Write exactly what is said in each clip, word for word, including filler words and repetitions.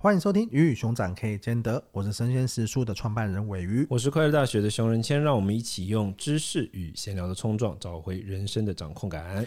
欢迎收听鱼与熊掌可以兼得，我是生鲜时书的创办人尾鱼， 我是快乐大学的熊仁谦，让我们一起用知识与闲聊的冲撞，找回人生的掌控感。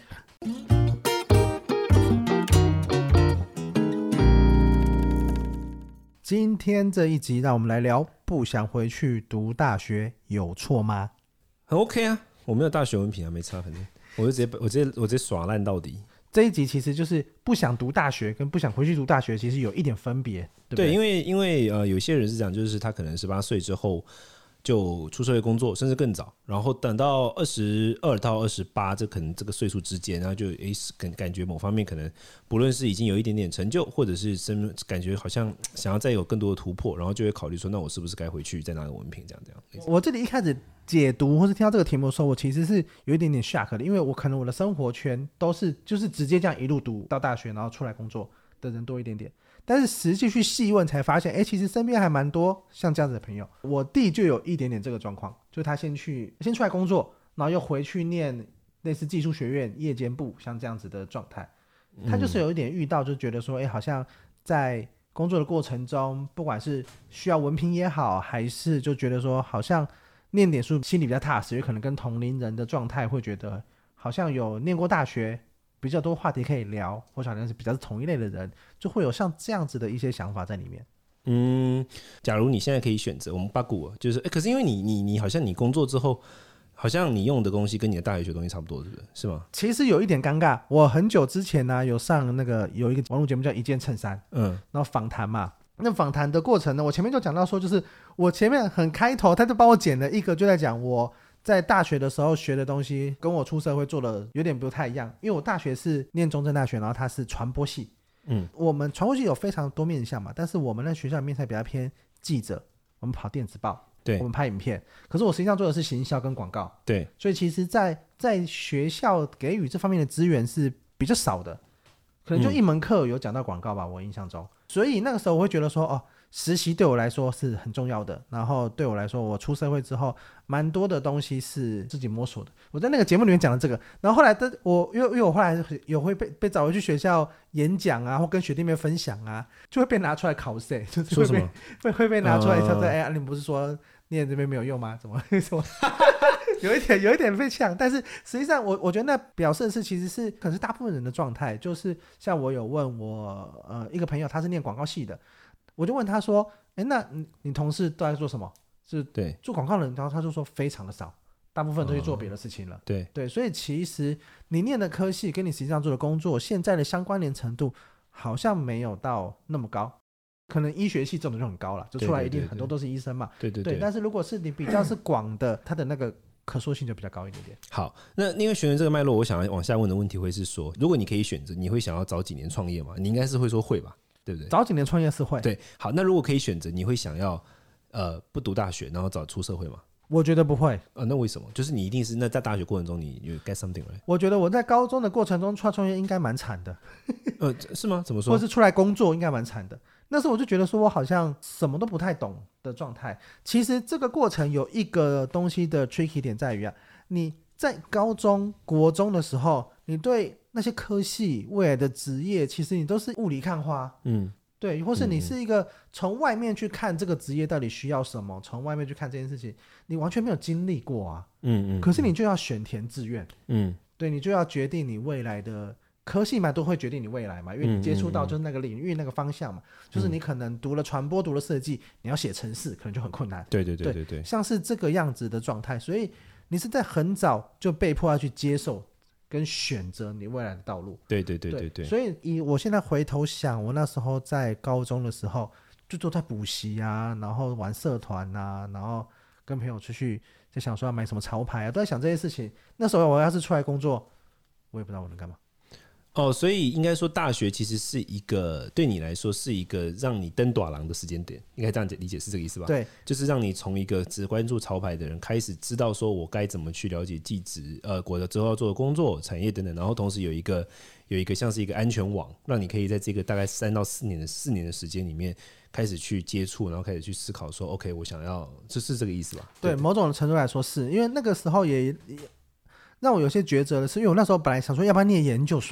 今天这一集让我们来聊，不想回去读大学有错吗？ 很 OK 啊，我没有大学文凭啊，没差，反正我就直接我直接我直接耍烂到底。 这一集其实就是不想读大学跟不想回去读大学其实有一点分别，对不对？ 对，因为因为呃有些人是这样，就是他可能十八岁之后就出社会工作，甚至更早，然后等到二十二到二十八，这可能这个岁数之间，然后就诶感感觉某方面可能不论是已经有一点点成就，或者是感觉好像想要再有更多的突破，然后就会考虑说，那我是不是该回去再拿个文凭这样这样。 我这里一开始解读或是听到这个题目的时候，我其实是有一点点 shock 的，因为我可能我的生活圈都是就是直接这样一路读到大学，然后出来工作的人多一点点。但是实际去细问才发现，哎，其实身边还蛮多像这样子的朋友。我弟就有一点点这个状况，就是他先去先出来工作，然后又回去念类似技术学院夜间部，像这样子的状态。他就是有一点遇到，就觉得说，哎，好像在工作的过程中，不管是需要文凭也好，还是就觉得说好像念点书心里比较踏实，有可能跟同龄人的状态会觉得好像有念过大学，比较多话题可以聊，或者好像是比较是同一类的人，就会有像这样子的一些想法在里面。 嗯，假如你现在可以选择，我们八股就是，可是因为你你你好像你工作之后，好像你用的东西跟你的大学学的东西差不多，是不是？是吗？ 其实有一点尴尬，我很久之前呢、啊、有上那个有一个网络节目叫《一件衬衫》，嗯，然后访谈嘛。那访谈的过程呢，我前面就讲到说，就是我前面很开头，他就帮我剪了一个，就在讲我在大学的时候学的东西跟我出社会做的有点不太一样，因为我大学是念中正大学，然后它是传播系，嗯，我们传播系有非常多面向嘛，但是我们那学校的面向比较偏记者，我们跑电子报，对，我们拍影片，可是我实际上做的是行销跟广告，对，所以其实在在学校给予这方面的资源是比较少的，可能就一门课有讲到广告吧，我印象中，所以那个时候我会觉得说，哦，实习对我来说是很重要的，然后对我来说，我出社会之后蛮多的东西是自己摸索的。我在那个节目里面讲了这个，然后后来的我因为因为我后来有会被被找回去学校演讲啊，或跟学弟妹分享啊，就会被拿出来考试，就是会被说什么会会被拿出来说，哎、呃，你不是说念这边没有用吗？怎么什么？有一点有一点被呛，但是实际上我我觉得那表示的是其实是可能是大部分人的状态，就是像我有问我呃一个朋友，他是念广告系的。我就问他说，哎，那 你, 你同事都在做什么？是做广告的人，然后他就说非常的少，大部分都去做别的事情了。哦、对对，所以其实你念的科系跟你实际上做的工作，现在的相关联程度好像没有到那么高。可能医学系这种就很高了，就出来一定很多都是医生嘛。对对 对, 对, 对。但是如果是你比较是广的，它的那个可塑性就比较高一点点。 好，那因为学员这个脉络，我想要往下问的问题会是说，如果你可以选择，你会想要早几年创业吗？你应该是会说会吧。对不对？ 早几年创业是会。 对，好，那如果可以选择，你会想要呃不读大学，然后早出社会吗？ 我觉得不会。 呃，那为什么？就是你一定是那在大学过程中你有 get something right？ 我觉得我在高中的过程中创业应该蛮惨的。 呃，是吗？怎么说？ 或是出来工作应该蛮惨的。那时候我就觉得说我好像什么都不太懂的状态。其实这个过程有一个东西的 tricky 点在于啊，你在高中、国中的时候，你对那些科系未来的职业，其实你都是雾里看花，嗯，对，或是你是一个从外面去看这个职业到底需要什么，从外面去看这件事情，你完全没有经历过啊，嗯嗯，可是你就要选填志愿，嗯，对，你就要决定你未来的科系嘛，都会决定你未来嘛，因为你接触到就是那个领域那个方向嘛，就是你可能读了传播，读了设计，你要写程式可能就很困难， 对对对对 对, 对， 像是这个样子的状态，所以你是在很早就被迫要去接受跟选择你未来的道路。 对对对对 对, 对， 所以以我现在回头想，我那时候在高中的时候就都在补习啊，然后玩社团啊，然后跟朋友出去在想说要买什么潮牌啊，都在想这些事情。那时候我要是出来工作，我也不知道我能干嘛。 哦，所以应该说大学其实是一个对你来说是一个让你登大人的时间点，应该这样理解是这个意思吧？对，就是让你从一个只关注潮牌的人开始知道说我该怎么去了解技职，呃，我的之后要做的工作产业等等，然后同时有一个有一个像是一个安全网，让你可以在这个大概三到四年的四年的时间里面开始去接触，然后开始去思考说 OK 我想要，这是这个意思吧？ 对, 对，某种程度来说是因为那个时候也让我有些抉择的是，因为我那时候本来想说要不要念研究所，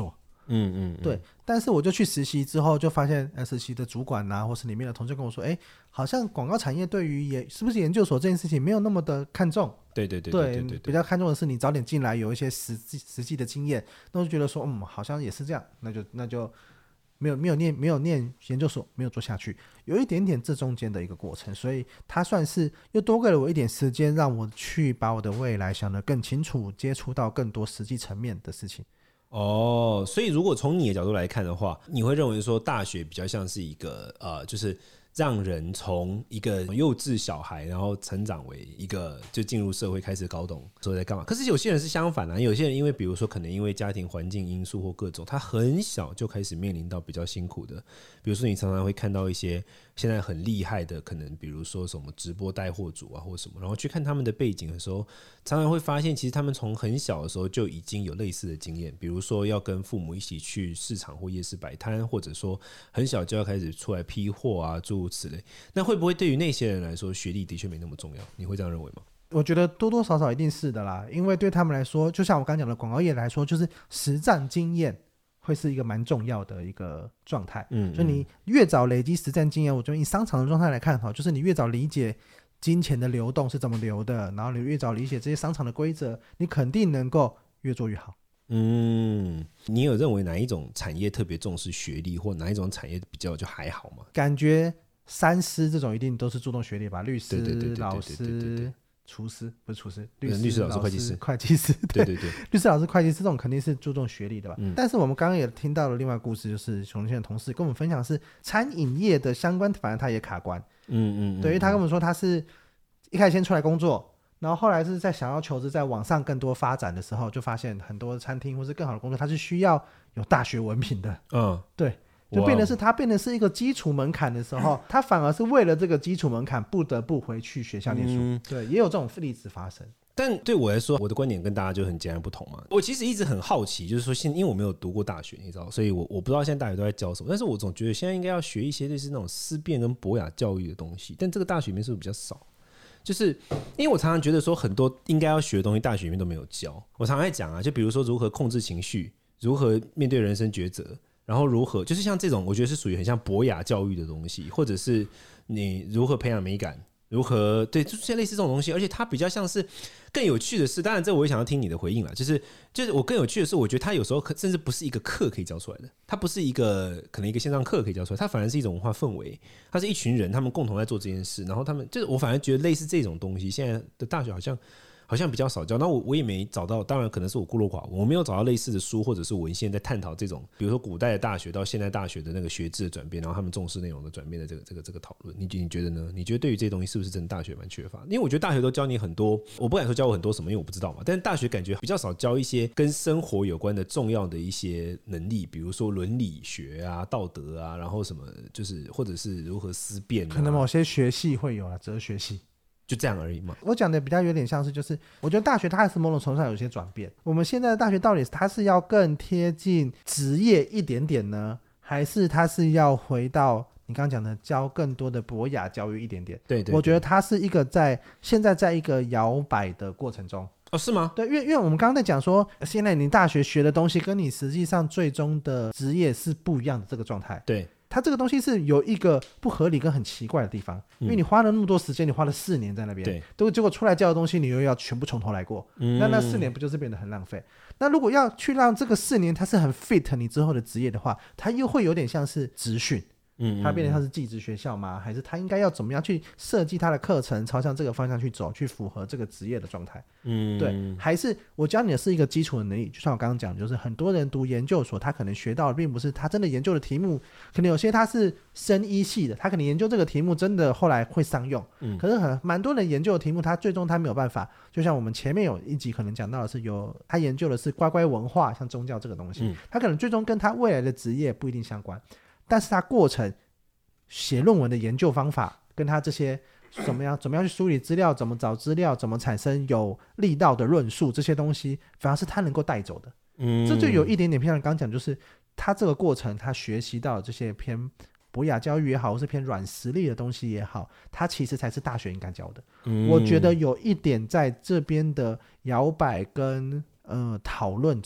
嗯嗯嗯， 对。但是我就去实习之后，就发现、呃、实习的主管啊，或是里面的同事跟我说，哎，好像广告产业对于也是不是研究所这件事情没有那么的看重。 对对对对 对, 对, 对， 比较看重的是你早点进来，有一些实际实际的经验。那我就觉得说，嗯，好像也是这样，那就那就没有没有念没有念研究所，没有做下去，有一点点这中间的一个过程，所以它算是又多给了我一点时间，让我去把我的未来想得更清楚，接触到更多实际层面的事情。 哦，所以如果从你的角度来看的话，你会认为说大学比较像是一个呃，就是让人从一个幼稚小孩，然后成长为一个就进入社会开始搞懂说在干嘛。可是有些人是相反啊，有些人因为比如说可能因为家庭环境因素或各种，他很小就开始面临到比较辛苦的，比如说你常常会看到一些现在很厉害的，可能比如说什么直播带货主啊或什么，然后去看他们的背景的时候，常常会发现其实他们从很小的时候就已经有类似的经验，比如说要跟父母一起去市场或夜市摆摊，或者说很小就要开始出来批货啊诸如此类。那会不会对于那些人来说学历的确没那么重要？你会这样认为吗？ 我觉得多多少少一定是的啦，因为对他们来说，就像我刚刚讲的广告业来说，就是实战经验会是一个蛮重要的一个状态。嗯，就你越早累积实战经验，我觉得以商场的状态来看，就是你越早理解金钱的流动是怎么流的，然后你越早理解这些商场的规则，你肯定能够越做越好。 嗯，你有认为哪一种产业特别重视学历，或哪一种产业比较就还好吗？ 感觉三师这种一定都是注重学历吧，律师、老师、厨师不是厨师，律师、 律师、老师、会计师、 会计师， 对对对， 律师、老师、会计师这种肯定是注重学历的吧。嗯、但是我们刚刚也听到了另外一个故事，就是熊先生的同事跟我们分享的是餐饮业的相关，反正他也卡关。嗯嗯，对，因为他跟我们说他是一开始先出来工作，然后后来是在想要求职在往上更多发展的时候，就发现很多餐厅或是更好的工作，它是需要有大学文凭的。嗯，对。就变成是他变成是一个基础门槛的时候，他反而是为了这个基础门槛不得不回去学校念书。嗯、对，也有这种例子发生。 但对我来说，我的观点跟大家就很截然不同嘛。我其实一直很好奇，就是说现因为我没有读过大学，你知道，所以我我不知道现在大学都在教什么。但是我总觉得现在应该要学一些类似那种思辨跟博雅教育的东西，但这个大学里面是不是比较少？就是因为我常常觉得说很多应该要学的东西，大学里面都没有教。我常常在讲啊，就比如说如何控制情绪，如何面对人生抉择。然后如何就是像这种我觉得是属于很像博雅教育的东西，或者是你如何培养美感，如何对就是类似这种东西。而且它比较像是更有趣的是，当然这我也想要听你的回应啦，就是就是我更有趣的是，我觉得它有时候甚至不是一个课可以教出来的，它不是一个可能一个线上课可以教出来，它反而是一种文化氛围，它是一群人他们共同在做这件事，然后他们就是我反而觉得类似这种东西现在的大学好像好像比较少教，那 我, 我也没找到，当然可能是我孤陋寡闻，我没有找到类似的书或者是文献在探讨这种，比如说古代的大学到现代大学的那个学制的转变，然后他们重视内容的转变的这个这个这个讨论。你你觉得呢？你觉得对于这些东西是不是真的大学蛮缺乏？因为我觉得大学都教你很多，我不敢说教我很多什么，因为我不知道嘛。但是大学感觉比较少教一些跟生活有关的重要的一些能力，比如说伦理学啊、道德啊，然后什么就是或者是如何思辨、啊， 可能某些学系会有啊，哲学系。 就这样而已嘛。 我讲的比较有点像是，就是我觉得大学它还是某种程度上有些转变。我们现在的大学到底它是要更贴近职业一点点呢，还是它是要回到你刚刚讲的教更多的博雅教育一点点？ 对 对, 对， 我觉得它是一个在现在在一个摇摆的过程中。 哦，是吗？ 对，因为因为我们刚刚在讲说，现在你大学学的东西跟你实际上最终的职业是不一样的这个状态。 对。 它这个东西是有一个不合理跟很奇怪的地方，因为你花了那么多时间，你花了四年在那边，对，结果出来教的东西你又要全部从头来过，嗯、那那四年不就是变得很浪费？那如果要去让这个四年它是很 fit 你之后的职业的话，它又会有点像是职训。它变成像是技职学校吗？还是它应该要怎么样去设计它的课程，朝向这个方向去走，去符合这个职业的状态？嗯，对，还是我教你的是一个基础的能力，就像我刚刚讲，就是很多人读研究所，他可能学到的并不是他真的研究的题目，可能有些他是生医系的，他可能研究这个题目真的后来会商用，嗯，可是很蛮多人研究的题目，他最终他没有办法，就像我们前面有一集可能讲到的是有他研究的是乖乖文化，像宗教这个东西，嗯、他可能最终跟他未来的职业不一定相关。但是他过程写论文的研究方法跟他这些怎么样怎么样去梳理资料，怎么找资料，怎么产生有力道的论述，这些东西反而是他能够带走的。嗯，这就有一点点偏向刚刚讲，就是他这个过程他学习到这些偏博雅教育也好，或是偏软实力的东西也好，他其实才是大学应该教的。嗯，我觉得有一点在这边的摇摆跟呃讨论中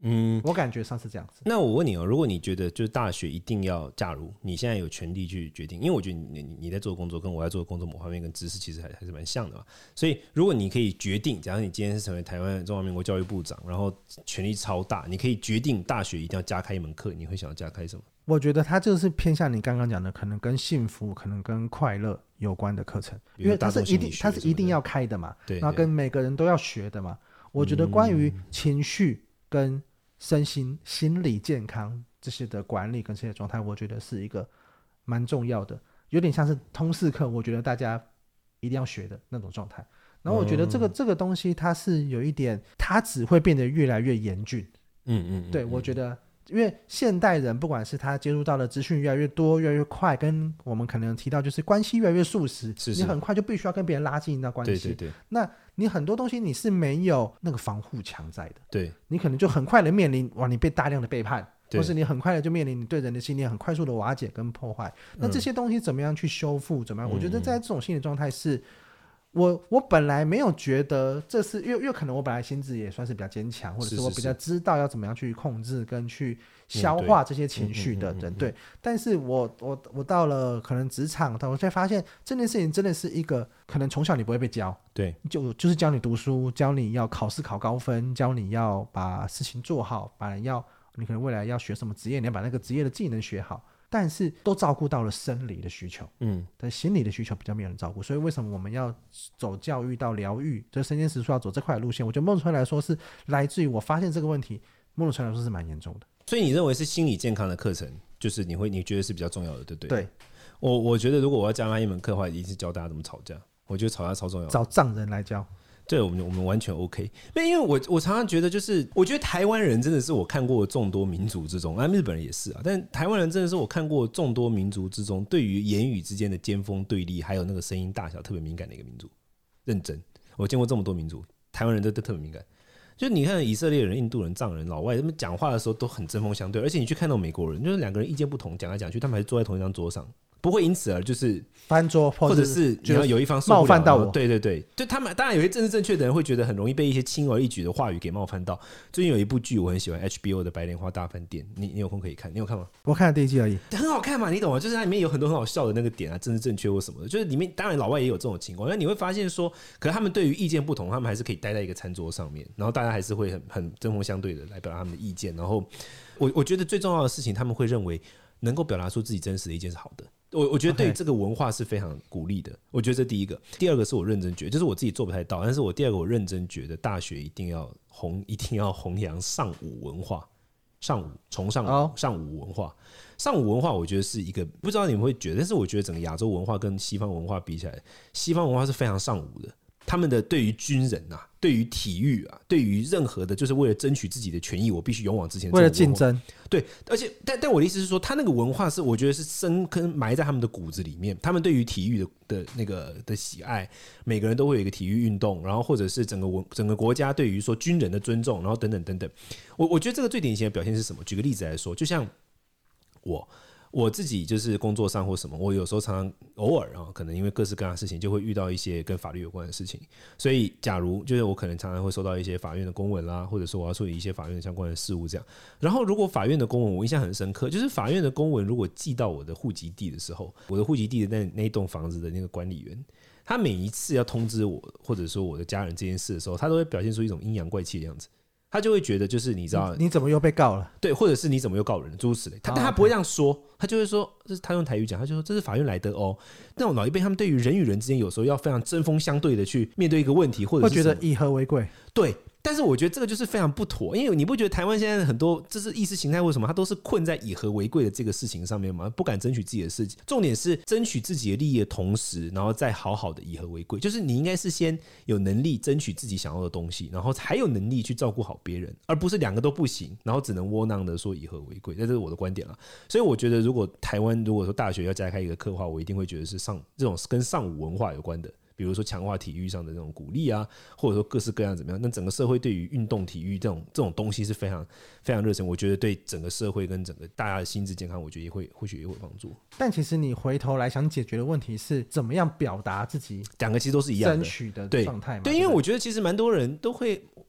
嗯，我感觉上是这样子。 那我问你哦，如果你觉得就是大学一定要，假如你现在有权利去决定，因为我觉得你你你在做的工作跟我在做的工作某方面跟知识其实还还是蛮像的嘛。所以如果你可以决定，假如你今天是成为台湾中华民国教育部长，然后权力超大，你可以决定大学一定要加开一门课，你会想要加开什么？ 我觉得它就是偏向你刚刚讲的，可能跟幸福、可能跟快乐有关的课程，因为它是一定它是一定要开的嘛， 对， 然后跟每个人都要学的嘛。我觉得关于情绪跟身心心理健康这些的管理跟这些状态，我觉得是一个蛮重要的，有点像是通识课，我觉得大家一定要学的那种状态。然后我觉得这个、嗯、这个东西它是有一点，它只会变得越来越严峻。 嗯 嗯, 嗯， 对，我觉得。因为现代人不管是他接触到的资讯越来越多越来越快，跟我们可能提到就是关系越来越速食， 是是， 你很快就必须要跟别人拉近那关系， 对对对， 那你很多东西你是没有那个防护墙在的， 对， 你可能就很快的面临哇你被大量的背叛，或是你很快的就面临你对人的信念很快速的瓦解跟破坏，那这些东西怎么样去修复怎么样、嗯、我觉得在这种心理状态是我我本来没有觉得这是因为因为可能我本来心智也算是比较坚强，或者是我比较知道要怎么样去控制跟去消化这些情绪的人，对。但是我我我到了可能职场，我才发现这件事情真的是一个可能从小你不会被教， 对， 就就是教你读书，教你要考试考高分，教你要把事情做好，把要你可能未来要学什么职业，你要把那个职业的技能学好。但是都照顾到了生理的需求，嗯，但心理的需求比较没有人照顾，所以为什么我们要走教育到疗愈，就是身兼实数要走这块路线？我觉得某种程度来说是来自于我发现这个问题，某种程度来说是蛮严重的。 所以你认为是心理健康的课程，就是你会你觉得是比较重要的，对不对？ 对， 我我觉得如果我要加那一门课的话，一定是教大家怎么吵架。我觉得吵架超重要的， 找藏人来教。 对，我们我们完全 OK。因为我我常常觉得，就是我觉得台湾人真的是我看过众多民族之中，啊，日本人也是啊，但台湾人真的是我看过众多民族之中，对于言语之间的尖锋对立，还有那个声音大小特别敏感的一个民族。认真，我见过这么多民族，台湾人都都特别敏感。就你看以色列人、印度人、藏人、老外，他们讲话的时候都很针锋相对，而且你去看到美国人，就是两个人意见不同，讲来讲去，他们还是坐在同一张桌上。不会因此而就是翻桌， 或者是你要有一方受不了冒犯到我。对对对，就他们当然有些政治正确的人会觉得很容易被一些轻而易举的话语给冒犯到。最近有一部剧我很喜欢 H B O 的《白莲花大饭店》，你你有空可以看，你有看吗？ 我看了第一季而已， 很好看嘛，你懂吗？就是它里面有很多很好笑的那个点啊，政治正确或什么的，就是里面当然老外也有这种情况，但你会发现说，可是他们对于意见不同，他们还是可以待在一个餐桌上面，然后大家还是会很很针锋相对的来表达他们的意见。然后我我觉得最重要的事情，他们会认为能够表达出自己真实的意见是好的。我我觉得对这个文化是非常鼓励的，我觉得这第一个。第二个是我认真觉得，就是我自己做不太到，但是我第二个我认真觉得大学一定要弘一定要弘扬上武文化，上武崇尚武、oh. 上武文化。上武文化我觉得是一个，不知道你们会觉得，但是我觉得整个亚洲文化跟西方文化比起来，西方文化是非常上武的。他们的对于军人啊，对于体育啊，对于任何的，就是为了争取自己的权益，我必须勇往直前。 为了竞争， 对，而且但但我的意思是说，他那个文化是我觉得是深根埋在他们的骨子里面。他们对于体育的的那个的喜爱，每个人都会有一个体育运动，然后或者是整个文整个国家对于说军人的尊重，然后等等等等。我我觉得这个最典型的表现是什么？举个例子来说，就像我。我自己就是工作上或什么，我有时候常常偶尔啊，可能因为各式各样的事情，就会遇到一些跟法律有关的事情。所以，假如就是我可能常常会收到一些法院的公文啦，或者说我要处理一些法院相关的事务这样。然后，如果法院的公文我印象很深刻，就是法院的公文如果寄到我的户籍地的时候，我的户籍地的那那一栋房子的那个管理员，他每一次要通知我或者说我的家人这件事的时候，他都会表现出一种阴阳怪气的样子。他就会觉得就是你知道你, 你怎么又被告了， 对，或者是你怎么又告人诸如此类，他但他不会这样说，他就会说，这是他用台语讲，他就说这是法院来的哦。那种老一辈他们对于人与人之间有时候要非常针锋相对的去面对一个问题，或者是会觉得以和为贵， 对。但是我觉得这个就是非常不妥，因为你不觉得台湾现在很多这是意识形态或什么，他都是困在以和为贵的这个事情上面吗？不敢争取自己的事情。重点是争取自己的利益的同时，然后再好好的以和为贵。就是你应该是先有能力争取自己想要的东西，然后才有能力去照顾好别人，而不是两个都不行，然后只能窝囊的说以和为贵。这是我的观点啦。所以我觉得，如果台湾如果说大学要加开一个课的话，我一定会觉得是上这种跟上武文化有关的。比如说强化体育上的那种鼓励啊，或者说各式各样怎么样，那整个社会对于运动体育这种这种东西是非常非常热忱，我觉得对整个社会跟整个大家的心智健康，我觉得也会或许也会有帮助。 但其实你回头来想解决的问题是怎么样表达自己， 两个其实都是一样的争取的状态嘛。 对，对，因为我觉得其实蛮多人都会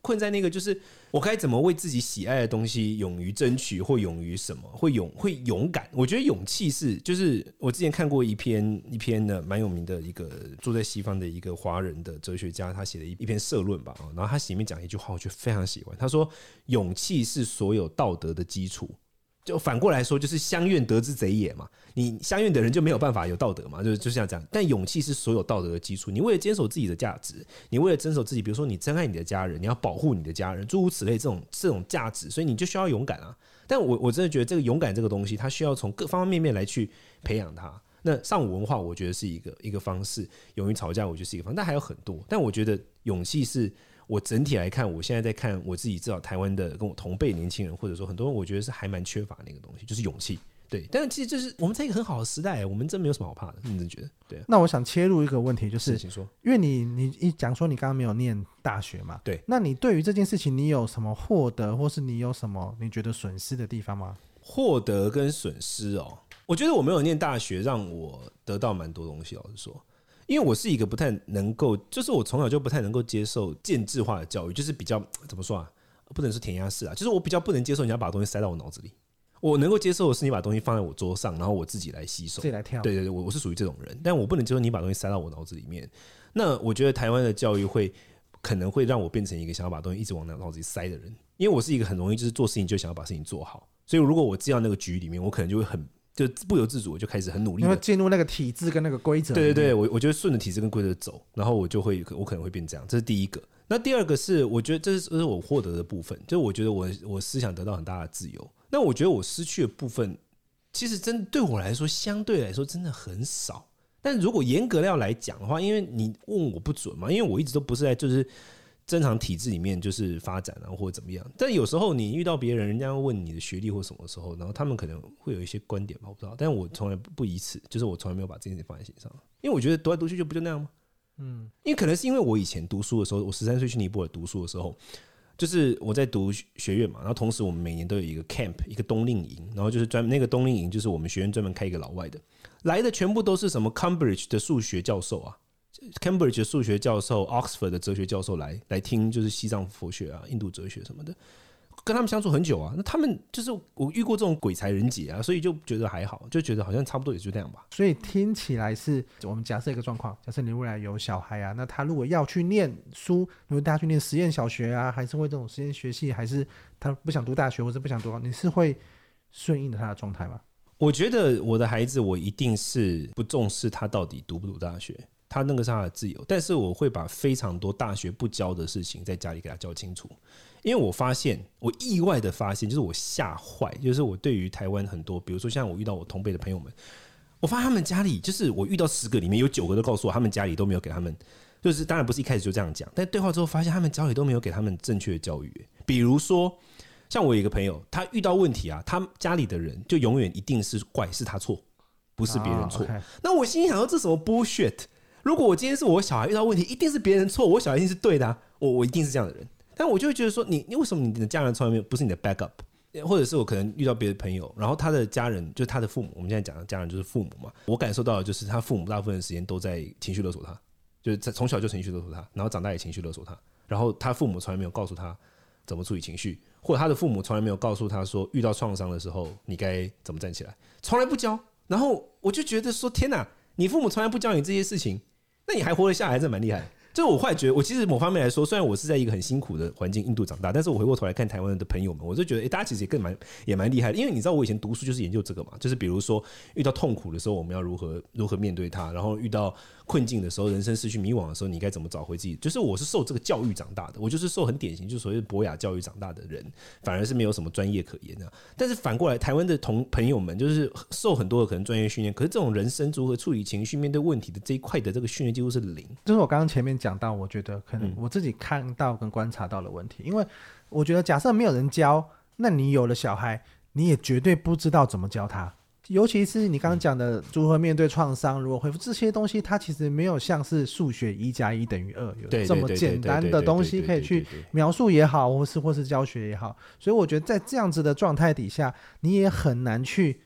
困在那个就是我该怎么为自己喜爱的东西勇于争取，或勇于什么，会勇会勇敢。我觉得勇气是，就是我之前看过一篇一篇的蛮有名的一个住在西方的一个华人的哲学家，他写的一篇社论吧，然后他里面讲一句话，我觉得非常喜欢。他说，勇气是所有道德的基础。就反过来说，就是乡愿得之贼也嘛。你乡愿的人就没有办法有道德嘛，就就像这样。但勇气是所有道德的基础。你为了坚守自己的价值，你为了坚守自己，比如说你珍爱你的家人，你要保护你的家人，诸如此类这种这种价值，所以你就需要勇敢啊。但我我真的觉得这个勇敢这个东西，它需要从各方方面面来去培养它。那上午文化，我觉得是一个一个方式；勇于吵架，我觉得是一个方式。但还有很多。但我觉得勇气是。我整体来看，我现在在看我自己，至少台湾的跟我同辈年轻人，或者说很多人，我觉得是还蛮缺乏那个东西，就是勇气。对，但是其实这是我们在一个很好的时代，我们真没有什么好怕的，你真觉得？对。 那我想切入一个问题，就是请说， 因为你你一讲说你刚刚没有念大学嘛， 对， 那你对于这件事情，你有什么获得，或是你有什么你觉得损失的地方吗？ 获得跟损失哦，我觉得我没有念大学，让我得到蛮多东西，老实说。因为我是一个不太能够，就是我从小就不太能够接受建制化的教育，就是比较怎么说啊，不能说填鸭式啊，就是我比较不能接受人家把东西塞到我脑子里。我能够接受的是你把东西放在我桌上，然后我自己来吸收， 自己来跳。 对对对，我我是属于这种人，但我不能接受你把东西塞到我脑子里面。那我觉得台湾的教育会可能会让我变成一个想要把东西一直往脑子里塞的人，因为我是一个很容易就是做事情就想要把事情做好，所以如果我进到那个局里面，我可能就会很。就不由自主，我就开始很努力的， 因为进入那个体制跟那个规则。 对对对，我我就会顺着体制跟规则走，然后我就会，我可能会变这样。这是第一个。那第二个是，我觉得这是我获得的部分，就是我觉得我我思想得到很大的自由。那我觉得我失去的部分，其实真对我来说，相对来说真的很少。但如果严格要来讲的话，因为你问我不准嘛，因为我一直都不是在就是。正常体制里面就是发展啊，或者怎么样。但有时候你遇到别人，人家问你的学历或什么时候，然后他们可能会有一些观点吧，我不知道。但我从来不以此，就是我从来没有把这件事放在心上，因为我觉得读来读去就不就那样吗？嗯，因为可能是因为我以前读书的时候，我十三岁去尼泊尔读书的时候，就是我在读学院嘛，然后同时我们每年都有一个 camp， 一个冬令营，然后就是专那个冬令营就是我们学院专门开一个老外的，来的全部都是什么 Cambridge 的数学教授啊。Cambridge 的数学教授 Oxford 的哲学教授来来听，就是西藏佛学啊、印度哲学什么的，跟他们相处很久啊。那他们就是我遇过这种鬼才人杰啊，所以就觉得还好，就觉得好像差不多也就这样吧。 所以听起来是我们假设一个状况，假设你未来有小孩啊，那他如果要去念书，你会带他去念实验小学啊，还是会这种实验学系，还是他不想读大学或者不想读，你是会顺应他的状态吗？ 我觉得我的孩子，我一定是不重视他到底读不读大学。他那个是他的自由，但是我会把非常多大学不教的事情在家里给他教清楚，因为我发现，我意外的发现，就是我吓坏，就是我对于台湾很多，比如说像我遇到我同辈的朋友们，我发现他们家里，就是我遇到十个里面有九个都告诉我，他们家里都没有给他们，就是当然不是一开始就这样讲，但对话之后发现他们家里都没有给他们正确的教育，比如说。像我有一个朋友，他遇到问题啊，他家里的人就永远一定是怪是他错，不是别人错。Oh, okay. 那我心里想说，这什么 bullshit？ 如果我今天是我小孩遇到问题，一定是别人错，我小孩一定是对的、啊，我我一定是这样的人。但我就会觉得说，你你为什么你的家人从来没有不是你的 backup？ 或者是我可能遇到别的朋友，然后他的家人就是他的父母，我们现在讲的家人就是父母嘛。我感受到的就是他父母大部分的时间都在情绪勒索他，就是从小就情绪勒索他，然后长大也情绪勒索他，然后他父母从来没有告诉他怎么处理情绪。或者他的父母从来没有告诉他说，遇到创伤的时候你该怎么站起来，从来不教。然后我就觉得说，天哪，你父母从来不教你这些事情，那你还活得下来，还真蛮厉害。就我后来觉得，我其实某方面来说，虽然我是在一个很辛苦的环境印度长大，但是我回过头来看台湾的朋友们，我就觉得，欸、大家其实也更蛮也蛮厉害的。因为你知道，我以前读书就是研究这个嘛，就是比如说遇到痛苦的时候，我们要如何如何面对它，然后遇到困境的时候，人生失去迷惘的时候，你该怎么找回自己？就是我是受这个教育长大的，我就是受很典型，就是所谓的博雅教育长大的人，反而是没有什么专业可言的。但是反过来，台湾的同朋友们就是受很多的可能专业训练，可是这种人生如何处理情绪、面对问题的这一块的这个训练几乎是零。 就是我刚刚前面讲到，我觉得可能我自己看到跟观察到的问题，因为我觉得假设没有人教，那你有了小孩，你也绝对不知道怎么教他。尤其是你刚刚讲的如何面对创伤，如何恢复这些东西，它其实没有像是数学一加一等于二有这么简单的东西可以去描述也好，或是或是教学也好。所以我觉得在这样子的状态底下，你也很难去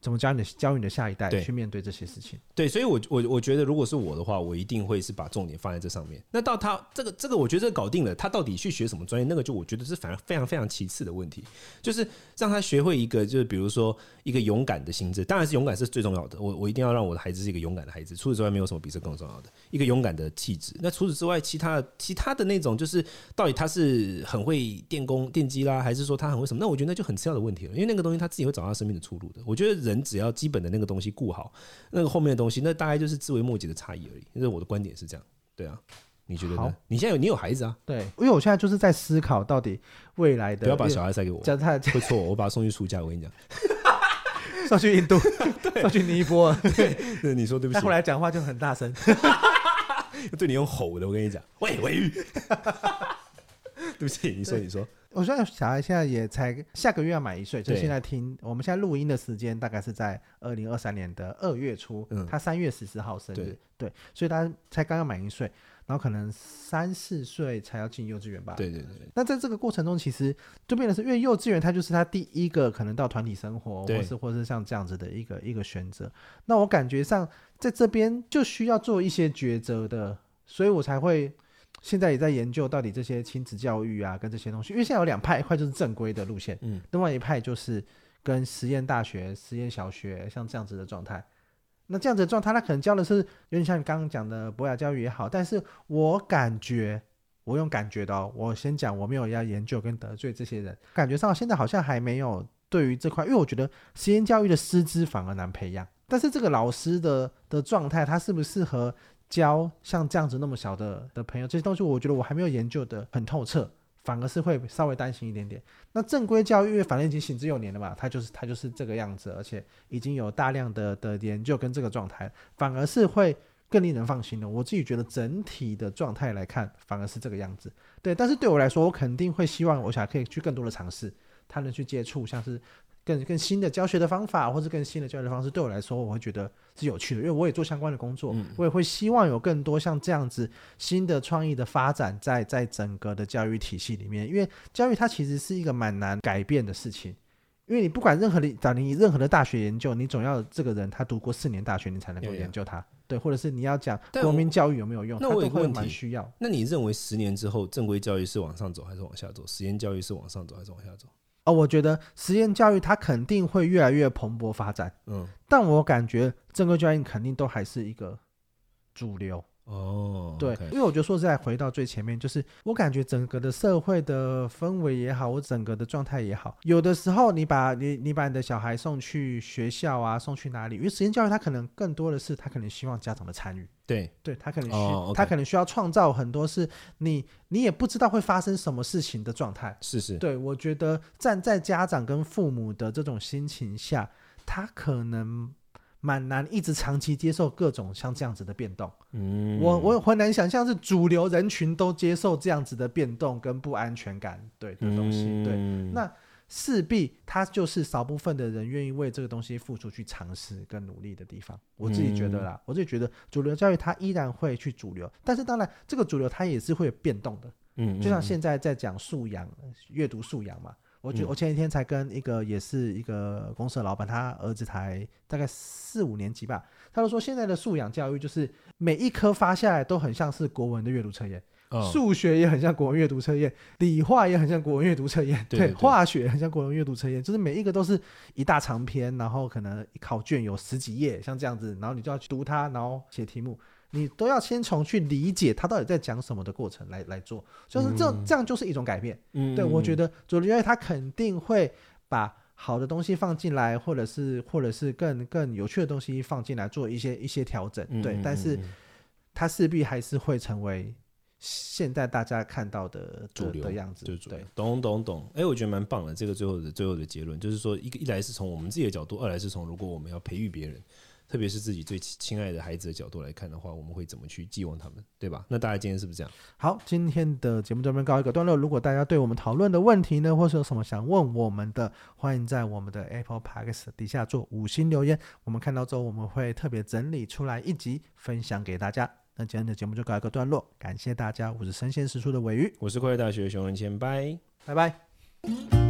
怎么教你的教育你的下一代去面对这些事情。 对，所以我我我觉得如果是我的话，我一定会是把重点放在这上面。那到他这个这个我觉得这个搞定了，他到底去学什么专业，那个就我觉得是反而非常非常其次的问题，就是让他学会一个就是比如说一个勇敢的心智，当然是勇敢是最重要的，我我一定要让我的孩子是一个勇敢的孩子，除此之外没有什么比这更重要的，一个勇敢的气质。那除此之外其他的其他的那种就是到底他是很会电工电机啦，还是说他很会什么，那我觉得那就很次要的问题了，因为那个东西他自己会找到他生命的出路的。我觉得人只要基本的那个东西顾好，那个后面的东西那大概就是枝微末节的差异而已，这是我的观点是这样。对啊，你觉得呢？你现在有你有孩子啊？ 对，因为我现在就是在思考到底未来的， 不要把小孩塞给我，会错，我把他送去暑假，我跟你讲， 送去印度，送去尼泊尔。 对，你说对不起。 他后来讲话就很大声， 对你用吼的，我跟你讲，喂喂，对不起，你说你说。 我说小孩现在也才下个月要满一岁，就现在听我们现在录音的时间大概是在二零二三年的二月初，嗯、他三月十四号生日，对，对，所以他才刚刚满一岁，然后可能三四岁才要进幼稚园吧。 对对对。 那在这个过程中，其实就变成是因为幼稚园它就是他第一个可能到团体生活，或是或是像这样子的一个一个选择。那我感觉上在这边就需要做一些抉择的，所以我才会。现在也在研究到底这些亲子教育啊跟这些东西，因为现在有两派，一块就是正规的路线，嗯，另外一派就是跟实验大学、实验小学像这样子的状态。那这样子的状态，他可能教的是有点像你刚刚讲的博雅教育也好，但是我感觉，我用感觉的哦，我先讲，我没有要研究跟得罪这些人，感觉上现在好像还没有对于这块，因为我觉得实验教育的师资反而难培养，但是这个老师的的状态，他适不适合教像这样子那么小的的朋友，这些东西我觉得我还没有研究的很透彻，反而是会稍微担心一点点。那正规教育反正已经行之有年了嘛，它就是它就是这个样子，而且已经有大量的的研究跟这个状态，反而是会更令人放心的。我自己觉得整体的状态来看，反而是这个样子。对，但是对我来说，我肯定会希望我小孩可以去更多的尝试，他能去接触像是更更新的教学的方法，或是更新的教学方式，对我来说我会觉得是有趣的，因为我也做相关的工作，嗯、我也会希望有更多像这样子新的创意的发展在在整个的教育体系里面，因为教育它其实是一个蛮难改变的事情，因为你不管任何的找你任何的大学研究，你总要这个人他读过四年大学，你才能够研究他，对，或者是你要讲国民教育有没有用， 那我有个问题， 蛮需要。 那你认为十年之后正规教育是往上走还是往下走？实验教育是往上走还是往下走？ 哦，我觉得实验教育它肯定会越来越蓬勃发展，嗯，但我感觉正规教育肯定都还是一个主流。哦，对， okay. 因为我觉得说实在回到最前面，就是我感觉整个的社会的氛围也好，我整个的状态也好，有的时候你把你你把你的小孩送去学校啊，送去哪里，因为实验教育它可能更多的是他可能希望家长的参与， 对对，他可能需、 哦 okay. 他可能需要创造很多是你你也不知道会发生什么事情的状态， 是是， 对，我觉得站在家长跟父母的这种心情下，他可能蛮难一直长期接受各种像这样子的变动，嗯，我我很难想象是主流人群都接受这样子的变动跟不安全感对的东西，嗯、对，那势必他就是少部分的人愿意为这个东西付出去尝试跟努力的地方，我自己觉得啦，嗯、我自己觉得主流教育它依然会去主流，但是当然这个主流它也是会有变动的，嗯，就像现在在讲素养阅读素养嘛。我觉得我前几天才跟一个也是一个公司的老板，他儿子才大概四五年级吧，他就说现在的素养教育就是每一科发下来都很像是国文的阅读测验，哦、数学也很像国文阅读测验，理化也很像国文阅读测验，对, 对, 对, 对，化学也很像国文阅读测验，就是每一个都是一大长篇，然后可能考卷有十几页，像这样子，然后你就要去读它，然后写题目。你都要先从去理解他到底在讲什么的过程来来做，就是这、嗯、这样就是一种改变。嗯，对，我觉得主流教育他肯定会把好的东西放进来，或者是或者是更更有趣的东西放进来，做一些一些调整。嗯、对，但是他势必还是会成为现在大家看到的主流的样子。对， 懂懂懂。哎、欸，我觉得蛮棒的。这个最后的最后的结论就是说，一个一来是从我们自己的角度，二来是从如果我们要培育别人。特别是自己最亲爱的孩子的角度来看的话，我们会怎么去寄望他们，对吧？那大家今天是不是这样？ 好，今天的节目这边告一个段落。如果大家对我们讨论的问题呢，或是有什么想问我们的，欢迎在我们的 Apple Podcast 底下做五星留言，我们看到之后我们会特别整理出来一集分享给大家。那今天的节目就告一个段落，感谢大家，我是生鲜时书的伟瑜， 我是快乐大学熊仁谦，拜拜拜。